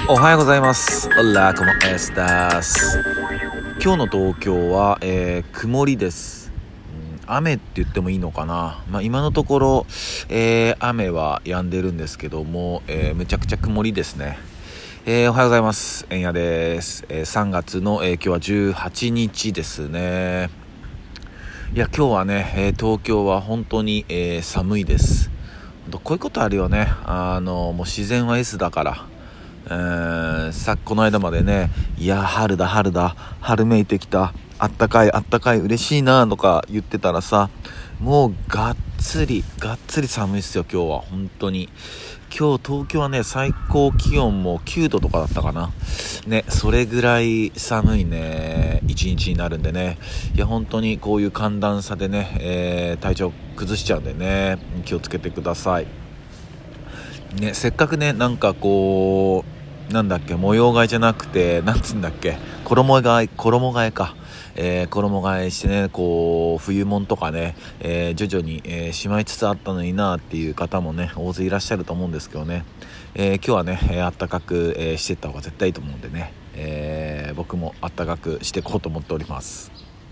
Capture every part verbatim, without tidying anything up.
おはようございます。Hola, ¿cómo estás? 今日の東京は、えー、曇りです、うん。雨って言ってもいいのかな。まあ、今のところ、えー、雨は止んでるんですけども、えー、めちゃくちゃ曇りですね。えー、おはようございます。えんやです。えー、さんがつの、えー、今日はじゅうはちにちですね。いや、今日はね、えー、東京は本当に、えー、寒いです。こういうことあるよね。あのもう自然は S だから。えー、さこの間までね、いや春だ春だ春めいてきた、あったかいあったかい嬉しいなとか言ってたらさ、もうがっつりがっつり寒いっすよ今日は。本当に今日東京はね、最高気温もきゅうどとかだったかなね。それぐらい寒いね一日になるんでね。いや本当にこういう寒暖差でね、えー、体調崩しちゃうんでね、気をつけてくださいね。せっかくね、なんかこうなんだっけ、模様替えじゃなくて、なんつうんだっけ、衣替え、衣替えか。えー、衣替えしてね、こう、冬物とかね、えー、徐々に、えー、しまいつつあったのになっていう方もね、大勢いらっしゃると思うんですけどね。えー、今日はね、えー、あったかく、えー、していった方が絶対いいと思うんでね、えー、僕もあったかくしていこうと思っております。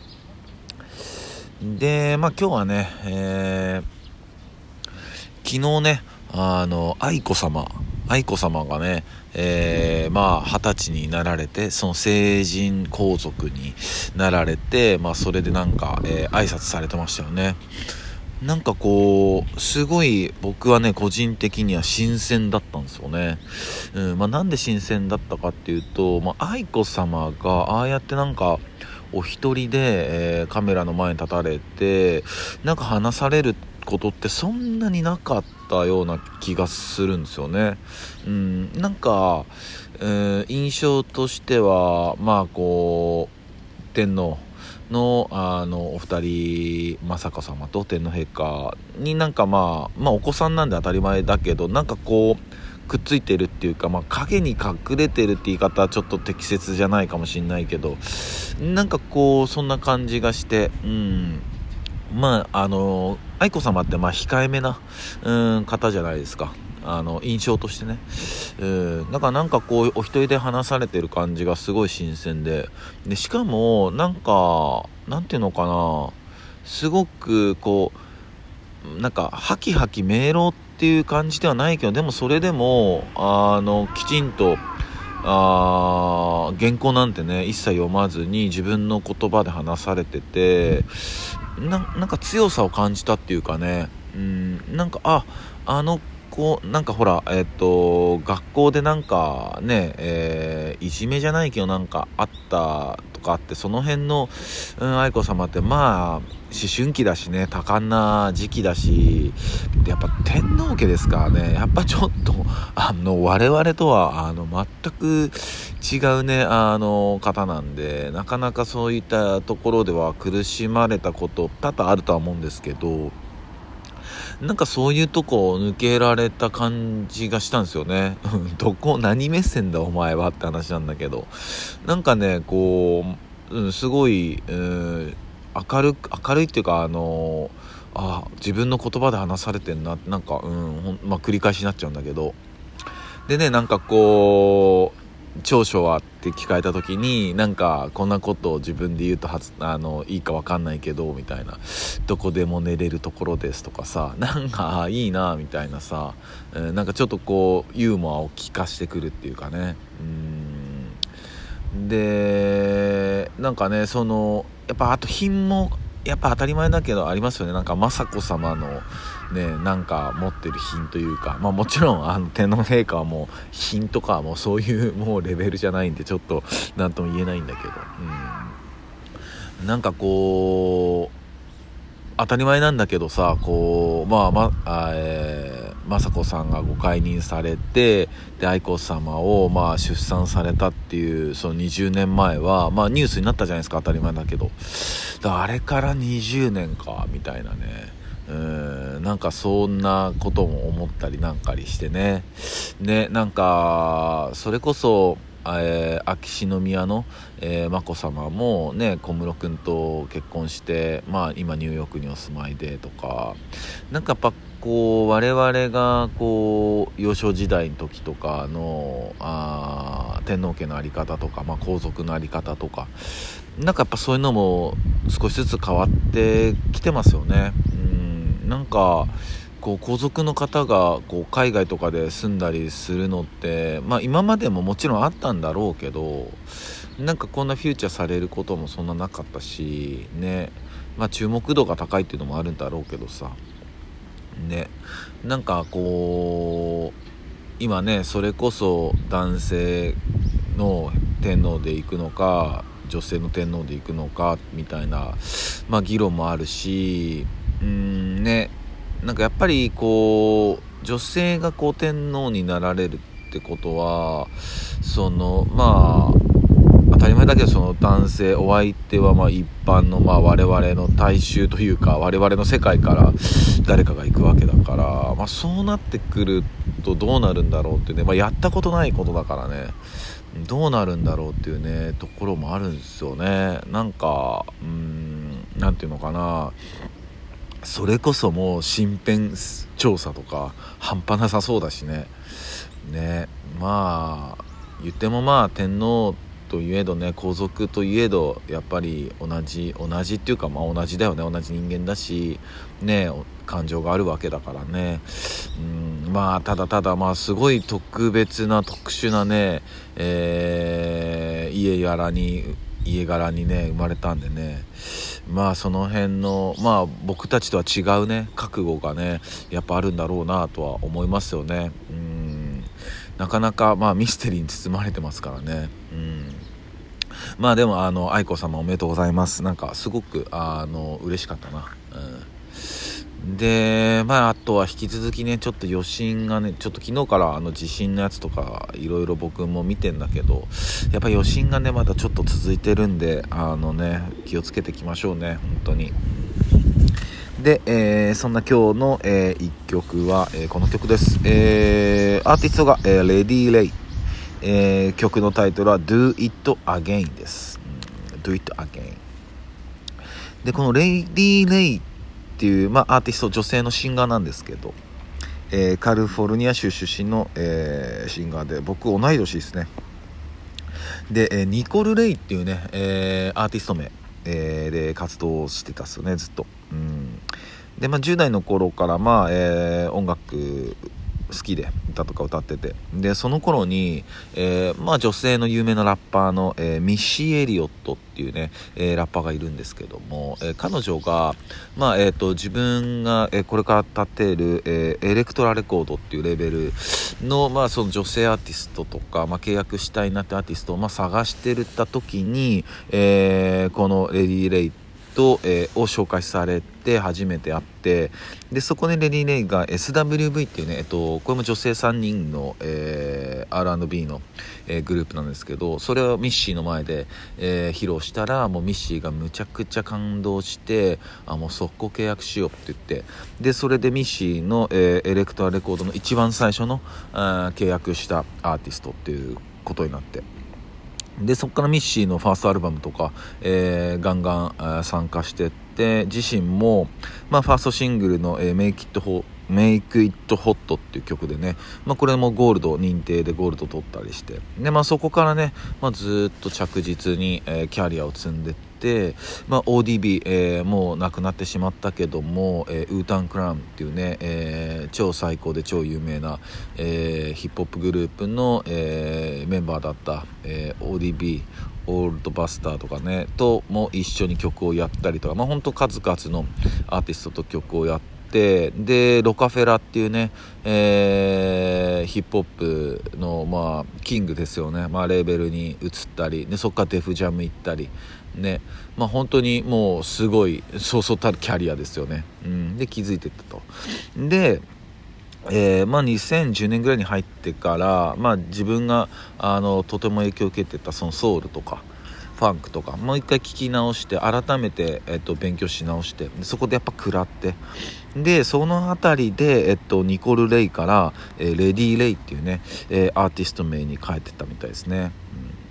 で、まあ今日はね、えー、昨日ね、あの、愛子様、愛子様がね、えー、まあ二十歳になられて、その成人皇族になられて、まあそれでなんか、えー、挨拶されてましたよね。なんかこうすごい僕はね個人的には新鮮だったんですよね。うん、まあなんで新鮮だったかっていうと、まあ愛子様がああやってなんかお一人で、えー、カメラの前に立たれてなんか話されることってそんなになかったような気がするんですよね。うん、なんか、えー、印象としてはまあこう天皇のあのお二人、雅子様と天皇陛下になんかまあまあお子さんなんで当たり前だけど、なんかこうくっついてるっていうか、まあ影に隠れてるって言い方はちょっと適切じゃないかもしれないけど、なんかこうそんな感じがして、うん、まああの愛子様ってまあ控えめな、うん、方じゃないですか。あの印象としてね、えー、だからなんかこうお一人で話されてる感じがすごい新鮮で、でしかもなんかなんていうのかな、すごくこうなんかハキハキ迷路っていう感じではないけど、でもそれでもあのきちんとあ原稿なんてね一切読まずに自分の言葉で話されてて、な, なんか強さを感じたっていうかね、うん、なんかああのこうなんかほらえっと学校でなんかね、えー、いじめじゃないけどなんかあったとかあって、その辺の、うん、愛子様ってまあ思春期だしね、多感な時期だし、やっぱ天皇家ですからね、やっぱちょっとあの我々とはあの全く違うねあの方なんで、なかなかそういったところでは苦しまれたこと多々あるとは思うんですけど、なんかそういうとこを抜けられた感じがしたんですよね。どこ何目線だお前はって話なんだけど、なんかねこう、うん、すごい、うん、明るく明るいっていうか、あのあ自分の言葉で話されてんな、なんか、うんほん、まあ、繰り返しになっちゃうんだけど、でねなんかこう長所はって聞かれた時に、なんかこんなことを自分で言うとはずあのいいか分かんないけどみたいな、どこでも寝れるところですとかさ、なんかいいなみたいなさ、えー、なんかちょっとこうユーモアを聞かしてくるっていうかね。うーんでなんかね、そのやっぱあと品もやっぱ当たり前だけどありますよね。なんか雅子様のね、なんか持ってる品というか、まあもちろんあの天皇陛下はもう品とかはもうそういうもうレベルじゃないんでちょっとなんとも言えないんだけど、うん、なんかこう当たり前なんだけどさ、こうまあまあ、えー、雅子さんがご解任されて、で愛子様をまあ出産されたっていうそのにじゅうねんまえはまあニュースになったじゃないですか。当たり前だけど、だあれからにじゅうねんかみたいなね、うーんなんかそんなことも思ったりなんかりしてね。ね、なんかそれこそえー、秋篠宮の、えー、眞子さまもね小室君と結婚して、まあ、今ニューヨークにお住まいでとか、なんかやっぱこう我々がこう幼少時代の時とかのあ天皇家の在り方とか、まあ、皇族の在り方とか、なんかやっぱそういうのも少しずつ変わってきてますよね。うんなんかこう皇族の方がこう海外とかで住んだりするのって、まあ、今までももちろんあったんだろうけど、なんかこんなフューチャーされることもそんななかったしね、まあ、注目度が高いっていうのもあるんだろうけどさね、なんかこう今ねそれこそ男性の天皇で行くのか女性の天皇で行くのかみたいな、まあ、議論もあるし、うーんねなんかやっぱりこう女性がこう天皇になられるってことは、そのまあ当たり前だけどその男性お相手はまあ一般のまあ我々の大衆というか我々の世界から誰かが行くわけだから、まあ、そうなってくるとどうなるんだろうってね、まあ、やったことないことだからねどうなるんだろうっていうねところもあるんですよね。なんかうーんなんていうのかな、それこそもう身辺調査とか半端なさそうだしね。ねまあ言ってもまあ天皇といえどね皇族といえどやっぱり同じ同じっていうかまあ同じだよね、同じ人間だしね感情があるわけだからね。うんまあただただまあすごい特別な特殊なね、えー、家柄に家柄にね生まれたんでね、まあその辺のまあ僕たちとは違うね覚悟がねやっぱあるんだろうなとは思いますよね。うんなかなかまあミステリーに包まれてますからね。うんまあでもあの愛子様おめでとうございます。なんかすごくあの嬉しかったな。うんでまああとは引き続きねちょっと余震がねちょっと昨日からあの地震のやつとかいろいろ僕も見てんだけど、やっぱ余震がねまだちょっと続いてるんであのね気をつけていきましょうね本当に。で、えー、そんな今日の、えー、いっきょくは、えー、この曲です。えー、アーティストが、えー、レディー・レイ、えー、曲のタイトルは Do It Again です、うん、Do It Again でこのレディー・レイっていう、まあ、アーティスト女性のシンガーなんですけど、えー、カリフォルニア州出身の、えー、シンガーで僕同い年ですね。で、えー、ニコル・レイっていうね、えー、アーティスト名、えー、で活動してたっすよねずっと。うんで、まあ、じゅう代の頃から、まあえー、音楽好きで歌とか歌ってて、でその頃に、えーまあ、女性の有名なラッパーの、えー、ミッシー・エリオットっていうね、えー、ラッパーがいるんですけども、えー、彼女が、まあえー、と自分が、えー、これから立てる、えー、エレクトラレコードっていうレベルの、まあ、その女性アーティストとか、まあ、契約したいなってアーティストを、まあ、探してるった時に、えー、このレディー・レイと、えー、を紹介されて初めて会って、でそこでレディー・レイが エスダブリューブイ っていうね、えっと、これも女性さんにんの、えー、アールアンドビー の、えー、グループなんですけど、それをミッシーの前で、えー、披露したらもうミッシーがむちゃくちゃ感動して、あもう速攻契約しようって言って、でそれでミッシーの、えー、エレクトラレコードの一番最初のあ契約したアーティストっていうことになって、でそこからミッシーのファーストアルバムとか、えー、ガンガン、えー、参加してって、自身も、まあ、ファーストシングルの、えー、Make It Hot Make It Hot っていう曲でね、まあ、これもゴールド認定でゴールド取ったりして、で、まあ、そこからね、まあ、ずっと着実に、えー、キャリアを積んでって、まあ、オーディービー、えー、もう亡くなってしまったけども、えー、ウータンクラウンっていうね、えー、超最高で超有名な、えー、ヒップホップグループの、えー、メンバーだった、えー、オーディービーオールドバスターとかねとも一緒に曲をやったりとか、まあ、ほんと数々のアーティストと曲をやって、でロカフェラっていうね、えー、ヒップホップの、まあ、キングですよね、まあ、レーベルに移ったりで、そこからデフジャム行ったりね、まあ、本当にもうすごいそうそうたるキャリアですよね、うん、で気づいていったと。でえーまあ、にせんじゅうねんぐらいに入ってから、まあ、自分があのとても影響を受けてたそのソウルとかファンクとかもう一回聞き直して改めて、えっと、勉強し直して、そこでやっぱ食らって、でそのあたりで、えっと、ニコル・レイから、えー、レディー・レイっていうね、えー、アーティスト名に変えてたみたいですね。うん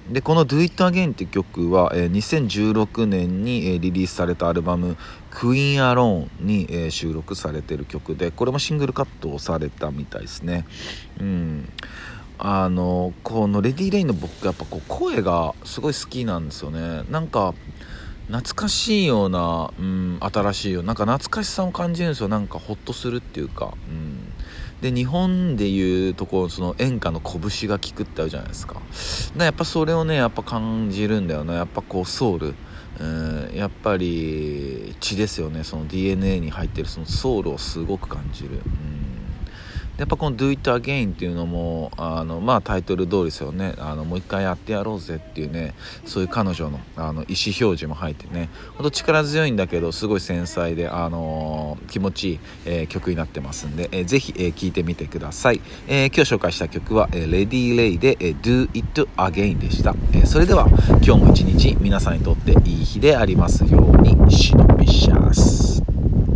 でこの Do It Again っていう曲は、えー、にせんじゅうろくねんに、えー、リリースされたアルバム Queen Alone に、えー、収録されている曲で、これもシングルカットをされたみたいですね。うんあのこのレディー・レインの僕やっぱこう声がすごい好きなんですよね。なんか懐かしいような、うん、新しいような、なんか懐かしさを感じるんですよ。なんかホッとするっていうか、うん、で日本でいうところその演歌の拳が効くってあるじゃないですか。やっぱそれをねやっぱ感じるんだよな。やっぱこうソウル、うん、やっぱり血ですよね。その ディーエヌエー に入ってるそのソウルをすごく感じる。うんやっぱこの Do It Again っていうのもあの、まあ、タイトル通りですよね。あのもう一回やってやろうぜっていうね、そういう彼女の、あの意思表示も入ってね、ほんと力強いんだけどすごい繊細で、あのー、気持ちいい、えー、曲になってますんで、えー、ぜひ、えー、聴いてみてください。えー、今日紹介した曲は、えー、レディー・レイで、えー、Do It Again でした。えー、それでは今日も一日皆さんにとっていい日でありますように。シノビシャス。